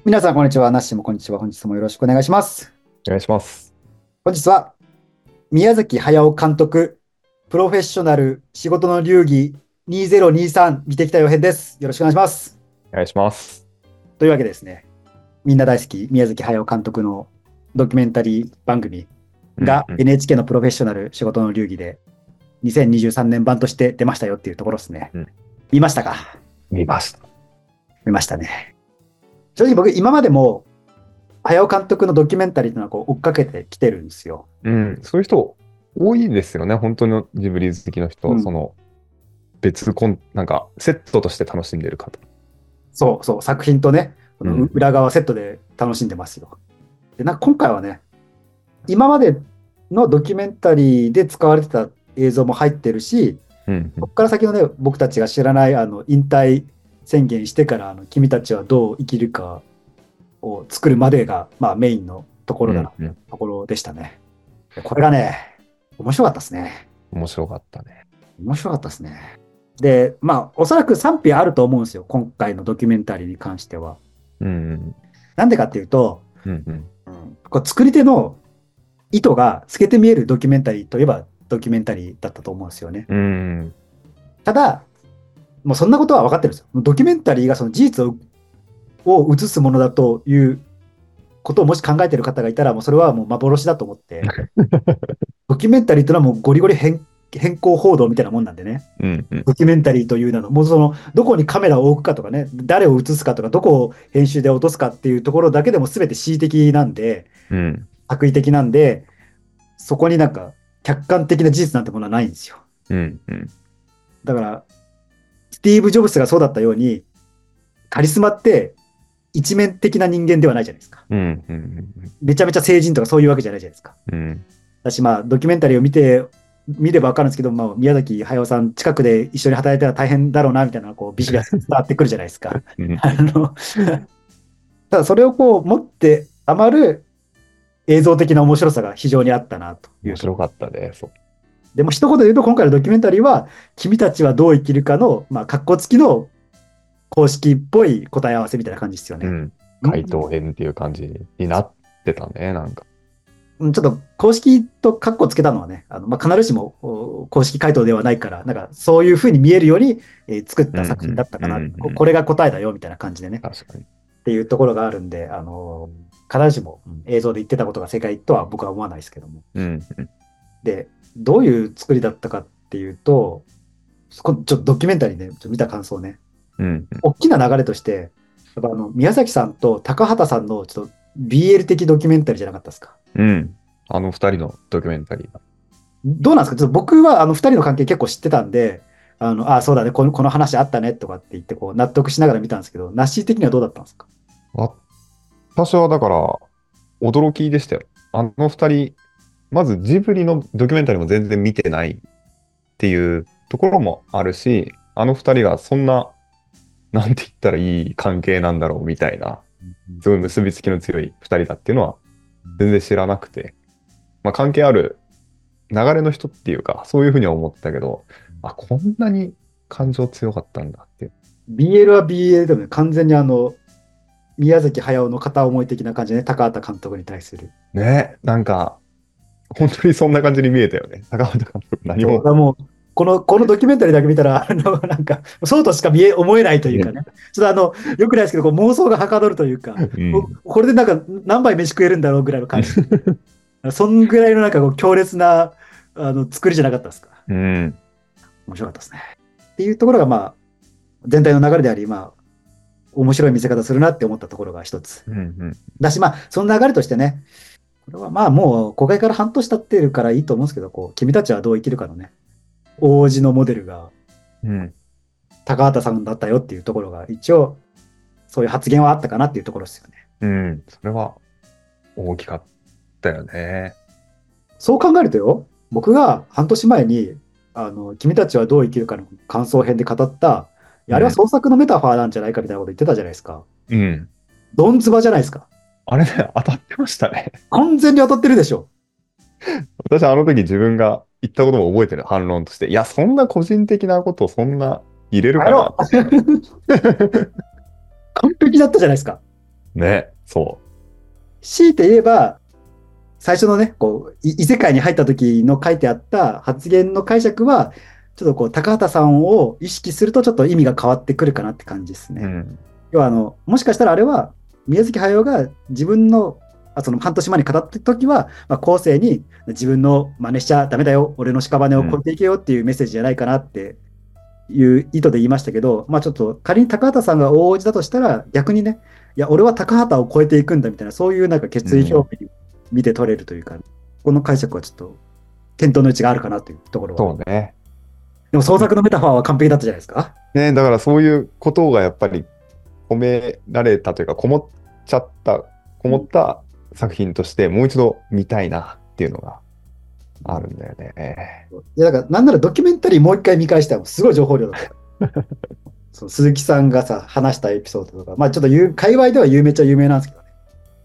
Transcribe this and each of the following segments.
皆さん、こんにちは。なっしーもこんにちは。本日もよろしくお願いします。 お願いします。 本日は、宮崎駿監督、プロフェッショナル仕事の流儀2023見てきたよ編です。よろしくお願いします。 お願いします。 というわけでですね、みんな大好き宮崎駿監督のドキュメンタリー番組がうんうん。 NHK のプロフェッショナル仕事の流儀で2023年版として出ましたよっていうところですね。 うん。 見ましたか？ 見ました。 見ましたね。正直僕、今までも駿監督のドキュメンタリーっていうのはこう追っかけてきてるんですよ。 うん。そういう人多いですよね。本当のジブリ好きの人。 うん。 なんか、セットとして楽しんでる方。 そうそう、作品とね、そのうん。 裏側セットで楽しんでますよ。で、なんか今回はね、今までのドキュメンタリーで使われてた映像も入ってるし、 うん。うん。 ここから先のね、僕たちが知らない引退宣言してから君たちはどう生きるかを作るまでが、まあ、メインのところだな、 うんうん。 ところでしたね。でこれがね、面白かったですね。 面白かったね。 面白かったですね。で、まあ、おそらく賛否あると思うんですよ、今回のドキュメンタリーに関しては。 うん。 なんでかっていうと、 うんうん。 こう作り手の意図が透けて見えるドキュメンタリーといえばドキュメンタリーだったと思うんですよね。 うん。 ただ、もうそんなことは分かってるんですよ。ドキュメンタリーがその事実を映すものだということをもし考えている方がいたら、もうそれはもう幻だと思って、ドキュメンタリーというのはもうゴリゴリ変更報道みたいなもんなんでね。 うんうん。 ドキュメンタリーという名の、もうその、どこにカメラを置くかとかね、誰を映すかとか、どこを編集で落とすかっていうところだけでも全て恣意的なんで、 うん。 悪意的なんで、そこになんか客観的な事実なんてものはないんですよ。 うんうん。 だから、スティーブ・ジョブスがそうだったように、カリスマって一面的な人間ではないじゃないですか。 うんうん。 めちゃめちゃ成人とかそういうわけじゃないじゃないですか。 うん。 だし、まあ、ドキュメンタリーを見ればわかるんですけど、まあ、宮崎駿さん、近くで一緒に働いたら大変だろうな、みたいな、こう、ビシバシ伝わってくるじゃないですか。 うん。 ただ、それをこう、持って余る映像的な面白さが非常にあったな、というと。 面白かったね。そう。 でも、一言で言うと、今回のドキュメンタリーは、君たちはどう生きるかの、まあ、格好付きの公式っぽい答え合わせみたいな感じですよね。 うん。回答編っていう感じになってたね。なんか。 ちょっと公式とカッコつけたのはね、まあ、必ずしも公式回答ではないから、なんかそういうふうに見えるように、作った作品だうんうん。 ったかな、 うんうん。 これが答えだよみたいな感じでね、 確かに。 っていうところがあるんで、必ずしも映像で言ってたことが正解とは僕は思わないですけども。 うんうん。 で、どういう作りだったかっていうと、ちょっとドキュメンタリーで、見た感想ね、 うんうん。 大きな流れとして、やっぱ宮崎さんと高畑さんのちょっと BL 的ドキュメンタリーじゃなかったですか？ うん。あの二人のドキュメンタリーが。 どうなんですか？ちょっと僕は二人の関係結構知ってたんで、そうだね、この話あったねとかって言って、こう、納得しながら見たんですけど、ナッシー的にはどうだったんですか？ 私はだから、驚きでしたよ。あの二人、まずジブリのドキュメンタリーも全然見てないっていうところもあるし、あの二人がそんな、なんて言ったらいい関係なんだろうみたいな、すごい結びつきの強い二人だっていうのは全然知らなくて、まあ関係ある流れの人っていうか、そういうふうには思ってたけど、あ、こんなに感情強かったんだって。 BL は BL でもね、完全に宮崎駿の片思い的な感じでね、高畑監督に対する。 ね、なんか、本当にそんな感じに見えたよね。高畑監督何そう、だかも。 らもう、このドキュメンタリーだけ見たら、なんか、そうとしか思えないというかね、ちょっとよくないですけど、こう妄想がはかどるというか、 うん。 これでなんか何杯飯食えるんだろうぐらいの感じ。そんぐらいのなんかこう強烈な作りじゃなかったですか？ うん。 面白かったですね。っていうところがまあ全体の流れであり、まあ面白い見せ方するなって思ったところが一つ。 うん。うん。 だしまあその流れとしてね、これはまあもう公開から半年経ってるからいいと思うんですけど、こう君たちはどう生きるかのね、王子のモデルがうん。 高畑さんだったよっていうところが一応そういう発言はあったかなっていうところですよね。 うん。それは大きかったよね。 そう考えるとよ、僕が半年前に、君たちはどう生きるかの感想編で語った、いやあれはうん。 創作のメタファーなんじゃないかみたいなこと言ってたじゃないですか。 うん。 ドンズバじゃないですか。 あれね、当たってましたね。 完全に当たってるでしょ。 私あの時自分が言ったことも覚えてる反論として、いや、そんな個人的なことをそんな入れるかなあの、 みたいな。 完璧だったじゃないですか。 ね、そ強いて言えば、最初のね、こう、異世界に入った時の書いてあった発言の解釈は、ちょっとこう、高畑さんを意識するとちょっと意味が変わってくるかなって感じですう。うね。 ん。 要はもしかしたらあれは、宮崎駿が自分の、その半年前に語った時は、後世に自分の真似しちゃダメだよ、俺の屍を越えていけよっていうメッセージじゃないかなっていう意図で言いましたけど、ちょっと仮に高畑さんが大叔父だとしたら、逆にね、いや、俺は高畑を超えていくんだみたいな、そういうなんか決意表明に見て取れるというか、この解釈はちょっと検討の余地があるかなというところは。 そうね。 でも創作のメタファーは完璧だったじゃないですか。 ね、だからそういうことがやっぱり込められたというか、こもった作品としてもう一度見たいなっていうのがあるんだよね。 いや、だからなんならドキュメンタリーもう一回見返したらすごい情報量だった。その鈴木さんがさ、話したエピソードとか、ちょっと界隈ではめっちゃ有名なんですけどね。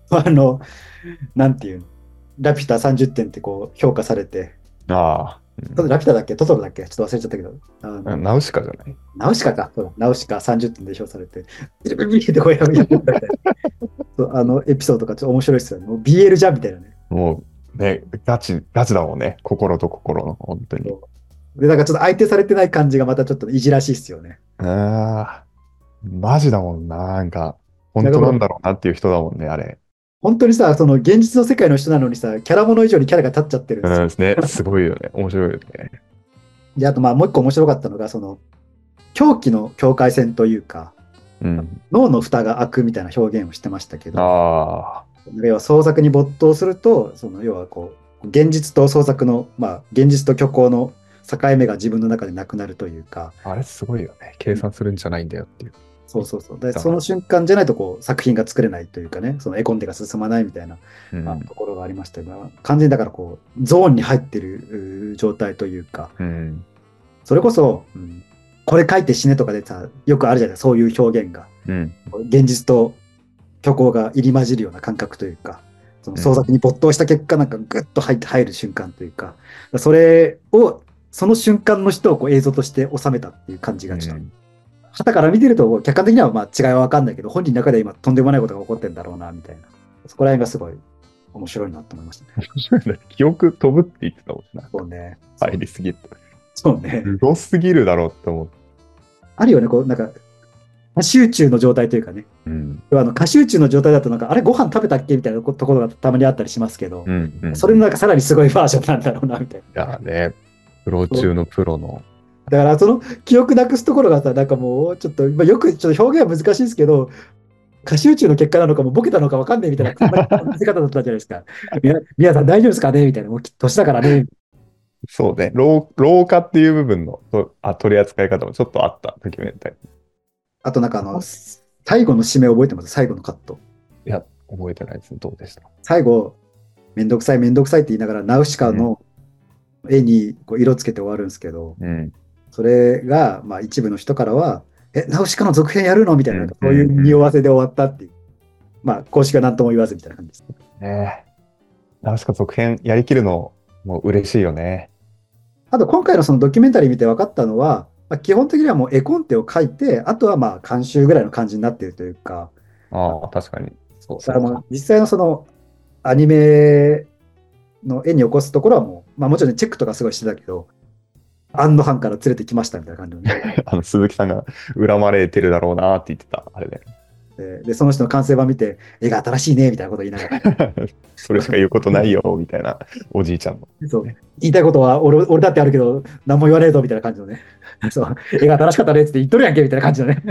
なんていうの、ラピュタ30点ってこう評価されて、 ああ、 ラピュタだっけトトロだっけちょっと忘れちゃったけど、 ナウシカじゃない？ ナウシカか、そうだナウシカ30点で評されて、ビリビリビリってこうやってたみたいなそうエピソードがちょっと面白いですよね。もう BL じゃんみたいなね。 もうね、ガチだもんね。心と心の、本当に。 で、なんかちょっと相手されてない感じがまたちょっといじらしいっすよね。 ああ、マジだもんな。なんか、本当なんかもうなんだろうなっていう人だもんね、あれ。 本当にさ、その現実の世界の人なのにさ、キャラもの以上にキャラが立っちゃってるんですよ。 うんですね。すごいよね。面白いよね。 で、あともう一個面白かったのが、その、狂気の境界線というか、 うん。 脳の蓋が開くみたいな表現をしてましたけど、 ああ、 要は創作に没頭すると、その要はこう、現実と創作の、現実と虚構の境目が自分の中でなくなるというか、 あれすごいよね。計算するんじゃないんだよっていう。 そうそうそう。で、その瞬間じゃないとこう作品が作れないというかね、その絵コンテが進まないみたいな、 うん。 ところがありましたが、完全にだからこう、ゾーンに入ってる状態というか、 うん。 それこそ、これ書いて死ねとかでさ、よくあるじゃない、そういう表現が。 うん。 現実と虚構が入り混じるような感覚というか、そのうん創作に没頭した結果、なんかグッと入る瞬間というか、それを、その瞬間の人をこう映像として収めたっていう感じがちょっと、傍から見てると、客観的には違いは分かんないけど、本人の中で今とんでもないことが起こってんだろうな、みたいな。そこら辺がすごい面白いなと思いましたね。 面白いね。記憶飛ぶって言ってたもんな。 そうね。 入りすぎる。 そうね。 すごすぎるだろうって思う。 あるよね、こう、なんか、過集中の状態というかね。 うん。 過集中の状態だと、なんか、あれ、ご飯食べたっけみたいなところがたまにあったりしますけど、それのなんかさらにすごいバージョンなんだろうな、みたいな。 いやね、プロ中のプロの。 だから、その記憶なくすところがさ、なんかもう、ちょっと、よく、ちょっと表現は難しいですけど、過集中の結果なのかも、ボケたのか分かんないみたいな、そんな見せ方だったじゃないですか。皆さん大丈夫ですかねみたいな、もう年だからね。 そうね、老化っていう部分の取り扱い方もちょっとあった、ドキュメンタリー。 あとなんか最後の締め覚えてます最後のカット。 いや、覚えてないです。どうでした？ 最後、めんどくさいめんどくさいって言いながら、ナウシカの絵にこう色つけて終わるんですけど、それが、一部の人からは、ナウシカの続編やるのみたいな、そういう匂わせで終わったっていう。公式は何とも言わずみたいな感じです。 ねえ。ナウシカ続編やりきるのも嬉しいよね。 あと、今回のそのドキュメンタリー見て分かったのは、基本的にはもう絵コンテを書いて、あとは監修ぐらいの感じになっているというか、 ああ、確かに。 そうだからもう実際のそのアニメの絵に起こすところはもう、もちろんチェックとかすごいしてたけど、安堵藩から連れてきましたみたいな感じのね。 鈴木さんが恨まれてるだろうなって言ってた、あれで。 で、その人の完成版見て、絵が新しいねみたいなこと言いながら。 それしか言うことないよ、みたいな、おじいちゃんの。 そう言いたいことは俺だってあるけど、何も言わねえぞみたいな感じのね。そう、絵が新しかったねって言っとるやんけみたいな感じのね。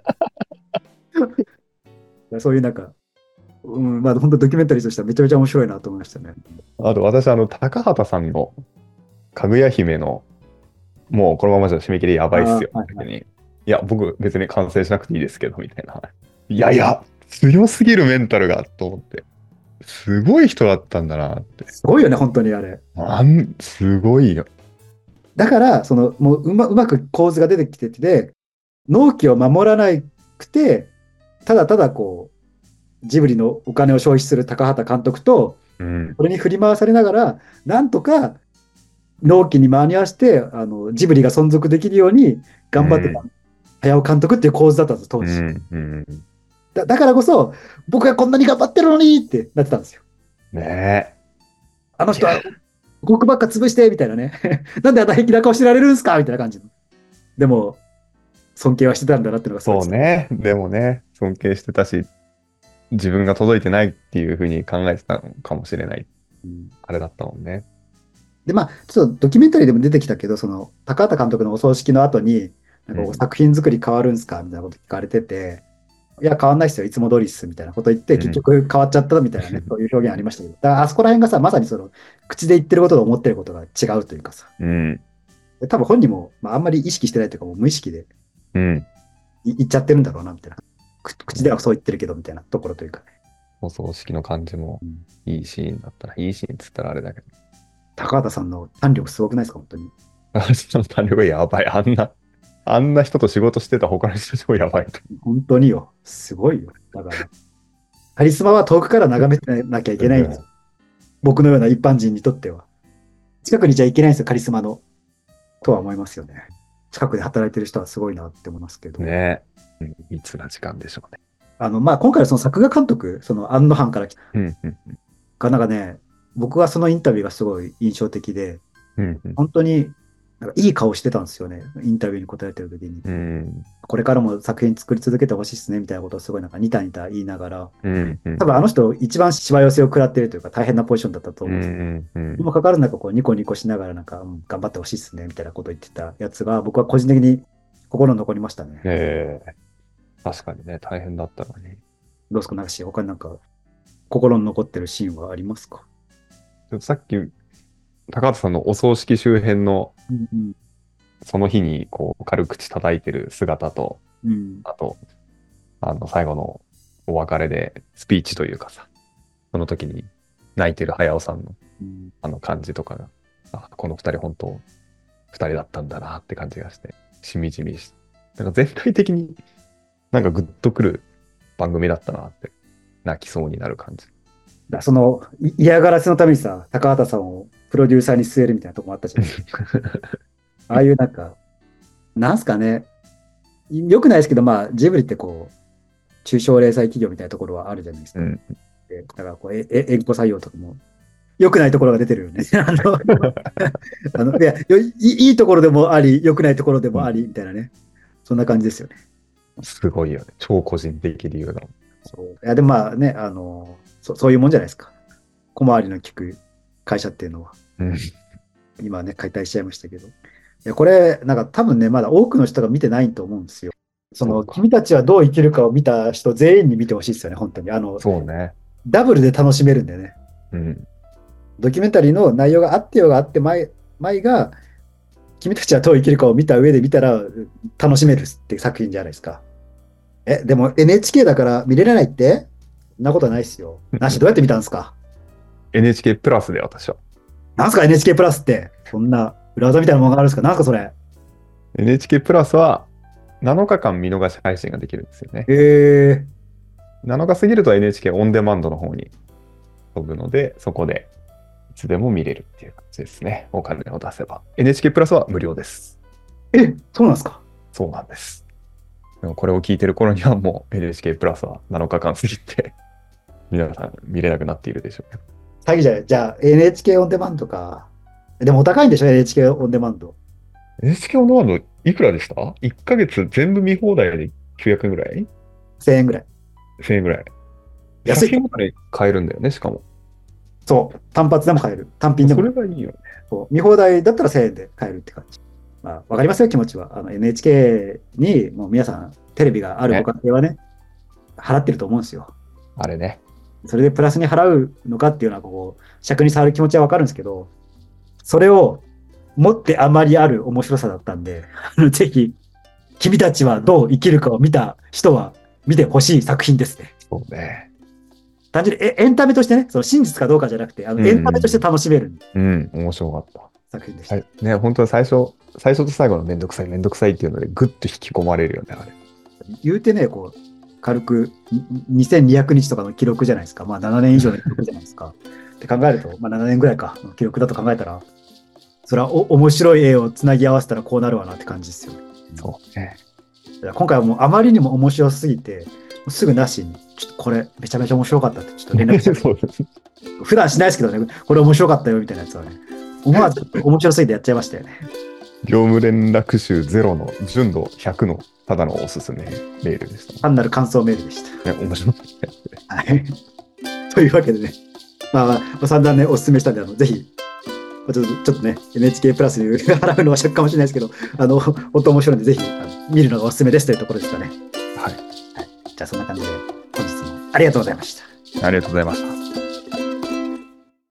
そういうなんか、本当ドキュメンタリーとしてはめちゃめちゃ面白いなと思いましたね。 あと私、高畑さんのかぐや姫の、もうこのままじゃ締め切りやばいっすよ。いや、僕別に完成しなくていいですけど、みたいな。いやいや、強すぎるメンタルが、と思って。すごい人だったんだなって。 すごいよね、本当にあれ。 すごいよ。 だから、もううまく構図が出てきてて、納期を守らなくて、ただただこう、ジブリのお金を消費する高畑監督と、これに振り回されながら、なんとか納期に間に合わせて、ジブリが存続できるように頑張ってた、早尾監督っていう構図だったんです、当時。 だからこそ、僕がこんなに頑張ってるのにってなってたんですよ。 ねえ。いや、 あの人は僕ばっか潰して、みたいなね。なんであんな平気な顔してられるんすかみたいな感じの。でも、尊敬はしてたんだなっていうのがすごいです。 そうね。でもね、尊敬してたし、自分が届いてないっていうふうに考えてたのかもしれない。 うん、 あれだったもんね。 で、まあ、ちょっとドキュメンタリーでも出てきたけど、その、高畑監督のお葬式の後に、なんかこううん。 作品作り変わるんすかみたいなこと聞かれてて、いや、変わんないっすよ、いつも通りっす、みたいなこと言って、 うん。 結局変わっちゃったみたいなね、そういう表現ありましたけど、だからあそこら辺がさ、まさにその、口で言ってることと思ってることが違うというかさ、 うん。 多分本人も、まあ、あんまり意識してないというか、もう無意識でうん。 言っちゃってるんだろうな、みたいな。口ではそう言ってるけど、みたいなところというかね。 お葬式の感じもうん、 いいシーンだったら、いいシーンっつったらあれだけど。 高畑さんの胆力すごくないですか、本当に。 私の胆力がやばい。あんな人と仕事してた他の人たちもやばいと。 本当によ。すごいよ。だから、カリスマは遠くから眺めてなきゃいけないんですよ。僕のような一般人にとっては。近くにいちゃいけないんですよ、カリスマの。とは思いますよね。近くで働いてる人はすごいなって思いますけど。 ねえ。うん、密な時間でしょうね。 まあ、今回のその作画監督、その庵野藩から来たうん、うん、 が、なんかね、僕はそのインタビューがすごい印象的で、 うん、うん。 本当になんかいい顔してたんですよね。インタビューに答えてる時に。 うん、 これからも作品作り続けてほしいですね、みたいなことをすごいなんかニタニタ言いながら、 うん、うん、 多分あの人一番しわ寄せを食らってるというか大変なポジションだったとう思うんです。 ん、うん。 にもかかわらずなんかこうニコニコしながらなんか、頑張ってほしいですね、みたいなことを言ってたやつが僕は個人的に心に残りましたね。 ええ、確かにね、大変だったのに。 どうですか、なんか他になんか心に残ってるシーンはありますか？ ちょっとさっき、高畑さんのお葬式周辺の、 うんうんその日にこう軽口叩いてる姿と、 うんあと、最後のお別れでスピーチというかさ、その時に泣いてる早尾さんのうんあの感じとかが、あ、この二人本当、二人だったんだなって感じがして、しみじみし、なんか全体的になんかグッとくる番組だったなって、泣きそうになる感じ。 その嫌がらせのためにさ、高畑さんをプロデューサーに据えるみたいなとこもあったじゃないですか。ああいうなんか、なんすかね、よくないですけど、まあ、ジブリってこう、中小零細企業みたいなところはあるじゃないですか。 うん。 でだからこう、縁故採用とかも、良くないところが出てるよね。いやいいところでもあり、良くないところでうん、 もあり、みたいなね。そんな感じですよね。 すごいよね。超個人的理由だもん。 そう。いや、でもまあね、そういうもんじゃないですか。小回りの利く会社っていうのは。 うん。 今はね、解体しちゃいましたけど。いや、これ、なんか多分ね、まだ多くの人が見てないと思うんですよ。その、 そうか。 君たちはどう生きるかを見た人全員に見てほしいですよね、本当に。 そうね。 ダブルで楽しめるんでね。 うん。 ドキュメンタリーの内容があってようがあって前が、君たちはどう生きるかを見た上で見たら楽しめるっていう作品じゃないですか。でも NHK だから見れないってそんなことはないですよ。なし、どうやって見たんですか？ NHK プラスで私は。 なんすか NHK プラスって。そんな裏技みたいなものがあるんですか？なんすかそれ。 NHK プラスは7日間見逃し配信ができるんですよね。 え 7日過ぎると NHK オンデマンドの方に飛ぶので、そこでいつでも見れるっていう感じですね。お金を出せば。NHK プラスは無料です。 そうなんですか？ そうなんです。でもこれを聞いてる頃にはもう NHK プラスは7日間過ぎて皆さん見れなくなっているでしょうけど。 詐欺じゃない。じゃあ NHK オンデマンドか。でもお高いんでしょ ?NHK オンデマンド。 NHK オンデマンドいくらでした？ 1 ヶ月全部見放題で900円ぐらい？ 1000円ぐらい。 1000 円ぐらい。 安い。 写真ごとに買えるんだよね、しかも。 そう。単発でも買える。単品でもそ買える。 れがいいよね。 見放題だったら1000円で買えるって感じ。まあ、わかりますよ、気持ちは。NHK にもう皆さんテレビがあるご家庭はね、払ってると思うんですよ。 あれね。 それでプラスに払うのかっていうのは、こう、尺に触る気持ちはわかるんですけど、それを持ってあまりある面白さだったんで、ぜひ、君たちはどう生きるかを見た人は見てほしい作品ですね。 そうね。 単純にエンタメとしてね、その真実かどうかじゃなくて、エンタメとして楽しめるうん、面白かった。 作品でした。 ね、本当は最初と最後のめんどくさいめんどくさいっていうのでぐっと引き込まれるよね、あれ。 言うてね、こう、軽く2200日とかの記録じゃないですか。まあ7年以上の記録じゃないですか。って考えると、まあ7年ぐらいか、の記録だと考えたら、それは面白い絵をつなぎ合わせたらこうなるわなって感じですよね。 そうね。 今回はもうあまりにも面白すぎて、 すぐなしに、ちょっとこれめちゃめちゃ面白かったってちょっと連絡して、 そうです。 普段しないですけどね、これ面白かったよみたいなやつはね、思わず面白すぎてやっちゃいましたよね。 業務連絡集0の純度100のただのおすすめメールでした。 単なる感想メールでし面白いですね。 た。はい。というわけでね、散々ね、お勧めしたんで、ぜひ、ちょっとね、NHK プラスに払うのは尺かもしれないですけど、本当面白いんで、ぜひ見るのがおすすめですというところですかね。 はい。 はい、じゃあ、そんな感じで、本日もありがとうございました。 ありがとうございました。